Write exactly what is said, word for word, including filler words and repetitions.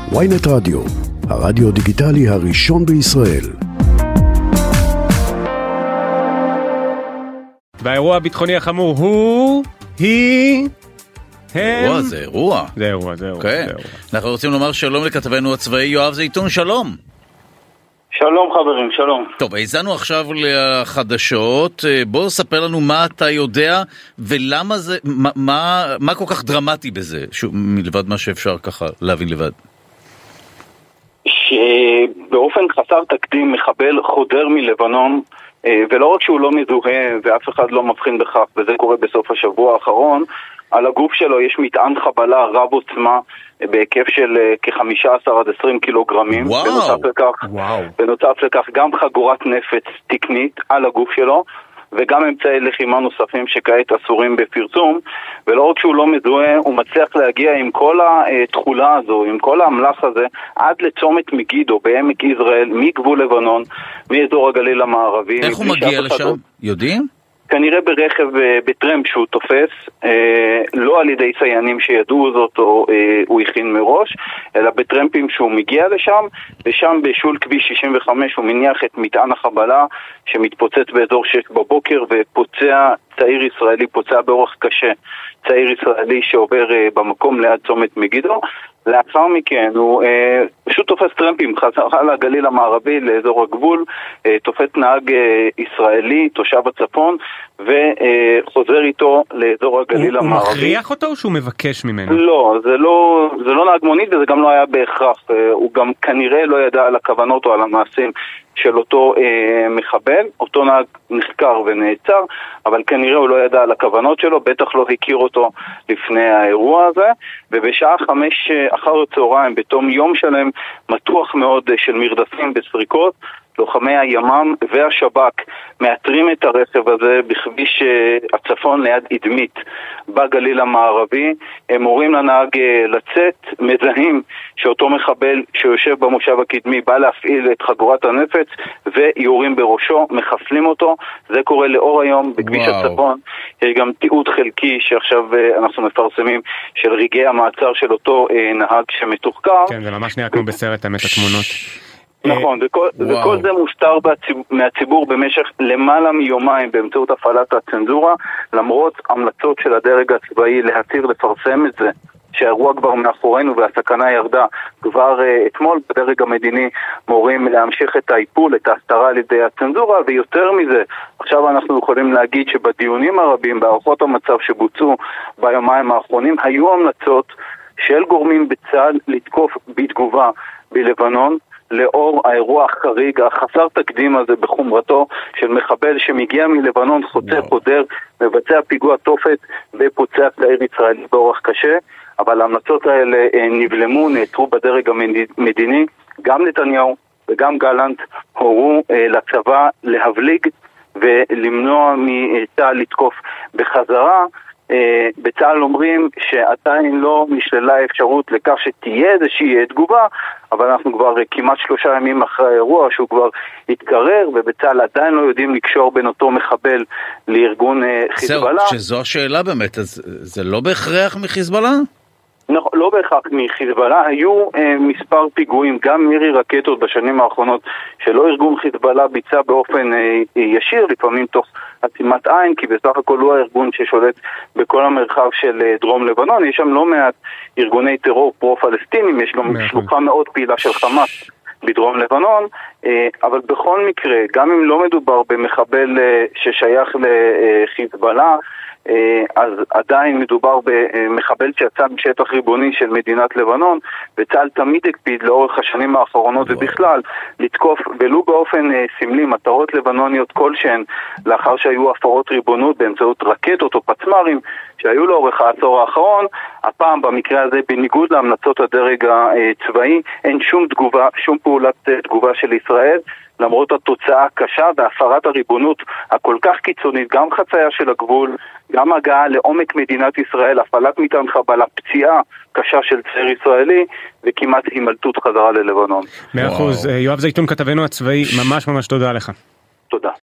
וויינט רדיו, הרדיו דיגיטלי הראשון בישראל. והאירוע הביטחוני החמור הוא, היא, הם... אירוע, זה אירוע. זה אירוע, זה אירוע. כן. אנחנו רוצים לומר שלום לכתבנו הצבאי יואב זיתון, שלום. שלום חברים, שלום. טוב, הזנו עכשיו לחדשות, בוא ספר לנו מה אתה יודע ולמה זה, מה, מה, מה כל כך דרמטי בזה, שוב, מלבד מה שאפשר ככה להבין לבד. שבאופן חסר תקדים מחבל חודר מלבנון, ולא רק שהוא לא מזוהה ואף אחד לא מבחין בכך, וזה קורה בסוף השבוע האחרון, על הגוף שלו יש מטען חבלה רב עוצמה בהיקף של כ-חמישה עשר עד עשרים קילוגרמים. וואו. בנוסף לכך, וואו. בנוסף לכך גם חגורת נפץ תקנית על הגוף שלו, וגם אמצעי לחימה נוספים שכעת אסורים בפרסום. ולא רק שהוא לא מזוהה, הוא מצליח להגיע עם כל התחולה הזו, עם כל המלאך הזה, עד לצומת מגידו בעמק יזרעאל, מגבול לבנון, מאזור הגליל המערבי. איך הוא מגיע לשם? יודעים? כנראה ברכב, בטרמפ שהוא תופס, לא על ידי סיינים שידעו זאת או הוא הכין מראש, אלא בטרמפים שהוא מגיע לשם, ושם בשול כביש שישים וחמש הוא מניח את מטען החבלה שמתפוצץ באזור שש בבוקר ופוצע צעיר ישראלי, פוצע באורח קשה, צעיר ישראלי שעובר במקום ליד צומת מגידו. לאחר מכן הוא אה, פשוט תופס טרמפים, חזרה לגליל המערבי, לאזור הגבול, אה, תופס נהג אה, ישראלי, תושב הצפון, וחוזר אה, איתו לאזור הגליל הוא, המערבי. הוא מכריח אותו או שהוא מבקש ממנו? לא, זה לא, זה לא נהג מונית וזה גם לא היה בהכרח. אה, הוא גם כנראה לא ידע על הכוונות או על המעשים של אותו אה, מחבל. אותו נהג נחקר ונעצר, אבל כנראה הוא לא ידע על הכוונות שלו, בטח לא הכיר אותו לפני האירוע הזה. ובשעה חמש אחר הצהריים, בתום יום שלם מתוח מאוד של מרדפים בסריקות, לוחמי הימ"מ והשב"כ מאתרים את הרכב הזה בכביש הצפון ליד אדמית בגליל המערבי. הם מורים לנהג לצאת, מזהים שאותו מחבל שיושב במושב הקדמי בא להפעיל את חגורת הנפץ ויורים בראשו, מחסלים אותו. זה קורה לאור היום בכביש וואו. הצפון. יש גם תיעוד חלקי שעכשיו אנחנו מפרסמים של רגעי המעצר של אותו נהג שמתוחקר. כן, זה ממש נראה כמו בסרט אמת התמונות. נכון, וכל, וכל זה מוסתר מהציבור במשך למעלה מיומיים באמצעות הפעלת הצנזורה, למרות המלצות של הדרג הצבאי להתיר לפרסם את זה, שהאירוע כבר מאחורינו והסכנה ירדה. כבר uh, אתמול בדרג המדיני מורים להמשיך את האיפול, את ההסתרה על ידי הצנזורה, ויותר מזה, עכשיו אנחנו יכולים להגיד שבדיונים הרבים, בערכות המצב שבוצעו ביומיים האחרונים, היו המלצות של גורמים בצה"ל לתקוף בתגובה בלבנון, לאור האירוע החריג, החסר תקדים הזה בחומרתו של מחבל שמגיע מלבנון, חוצה חודר, מבצע פיגוע תופת ופוצע צעיר ישראלי באורח קשה. אבל ההמלצות האלה נבלמו, נעצרו בדרג המדיני. גם נתניהו וגם גלנט הורו לצבא להבליג ולמנוע מצה"ל לתקוף בחזרה. בצה"ל אומרים שעדיין לא נשללה האפשרות לכך שתהיה איזושהי תגובה, אבל אנחנו כבר כמעט שלושה ימים אחרי האירוע שהוא כבר התקרר, ובצה"ל עדיין לא יודעים לקשור בין אותו מחבל לארגון חיזבאללה. זהו, שזו השאלה באמת, אז זה לא בהכרח מחיזבאללה? לא, לא בהכרח מחיזבאללה. היו אה, מספר פיגועים, גם מירי רקטות בשנים האחרונות, שלא ארגון חיזבאללה ביצע באופן אה, ישיר, לפעמים תוך עצימת עין, כי בסך הכל הוא הארגון ששולט בכל המרחב של אה, דרום לבנון. יש שם לא מעט ארגוני טרור פרו-פלסטינים, יש גם שלוחה מאוד פעילה של חמאס בדרום לבנון, אה, אבל בכל מקרה, גם אם לא מדובר במחבל אה, ששייך לחיזבאללה, אז עדיין מדובר במחבל שיצא משטח ריבוני של מדינת לבנון, וצה"ל תמיד הקפיד לאורך השנים האחרונות ובכלל לתקוף ולו באופן סמלי מטרות לבנוניות כלשהן לאחר שהיו הפרות ריבונות באמצעות רקטות או פצמרים שהיו לאורך העשור האחרון. הפעם במקרה הזה, בניגוד להמלצות הדרג הצבאי, אין שום תגובה, שום פעולת תגובה של ישראל, למרות התוצאה הקשה והפרת הריבונות הכל כך קיצונית, גם חצייה של הגבול, גם הגעה לעומק מדינת ישראל, הפעלת מטען חבלה, פציעה קשה של צעיר ישראלי, וכמעט הימלטות חזרה ללבנון. מאה אחוז. יואב זיתון כתבנו הצבאי, ממש ממש תודה לך.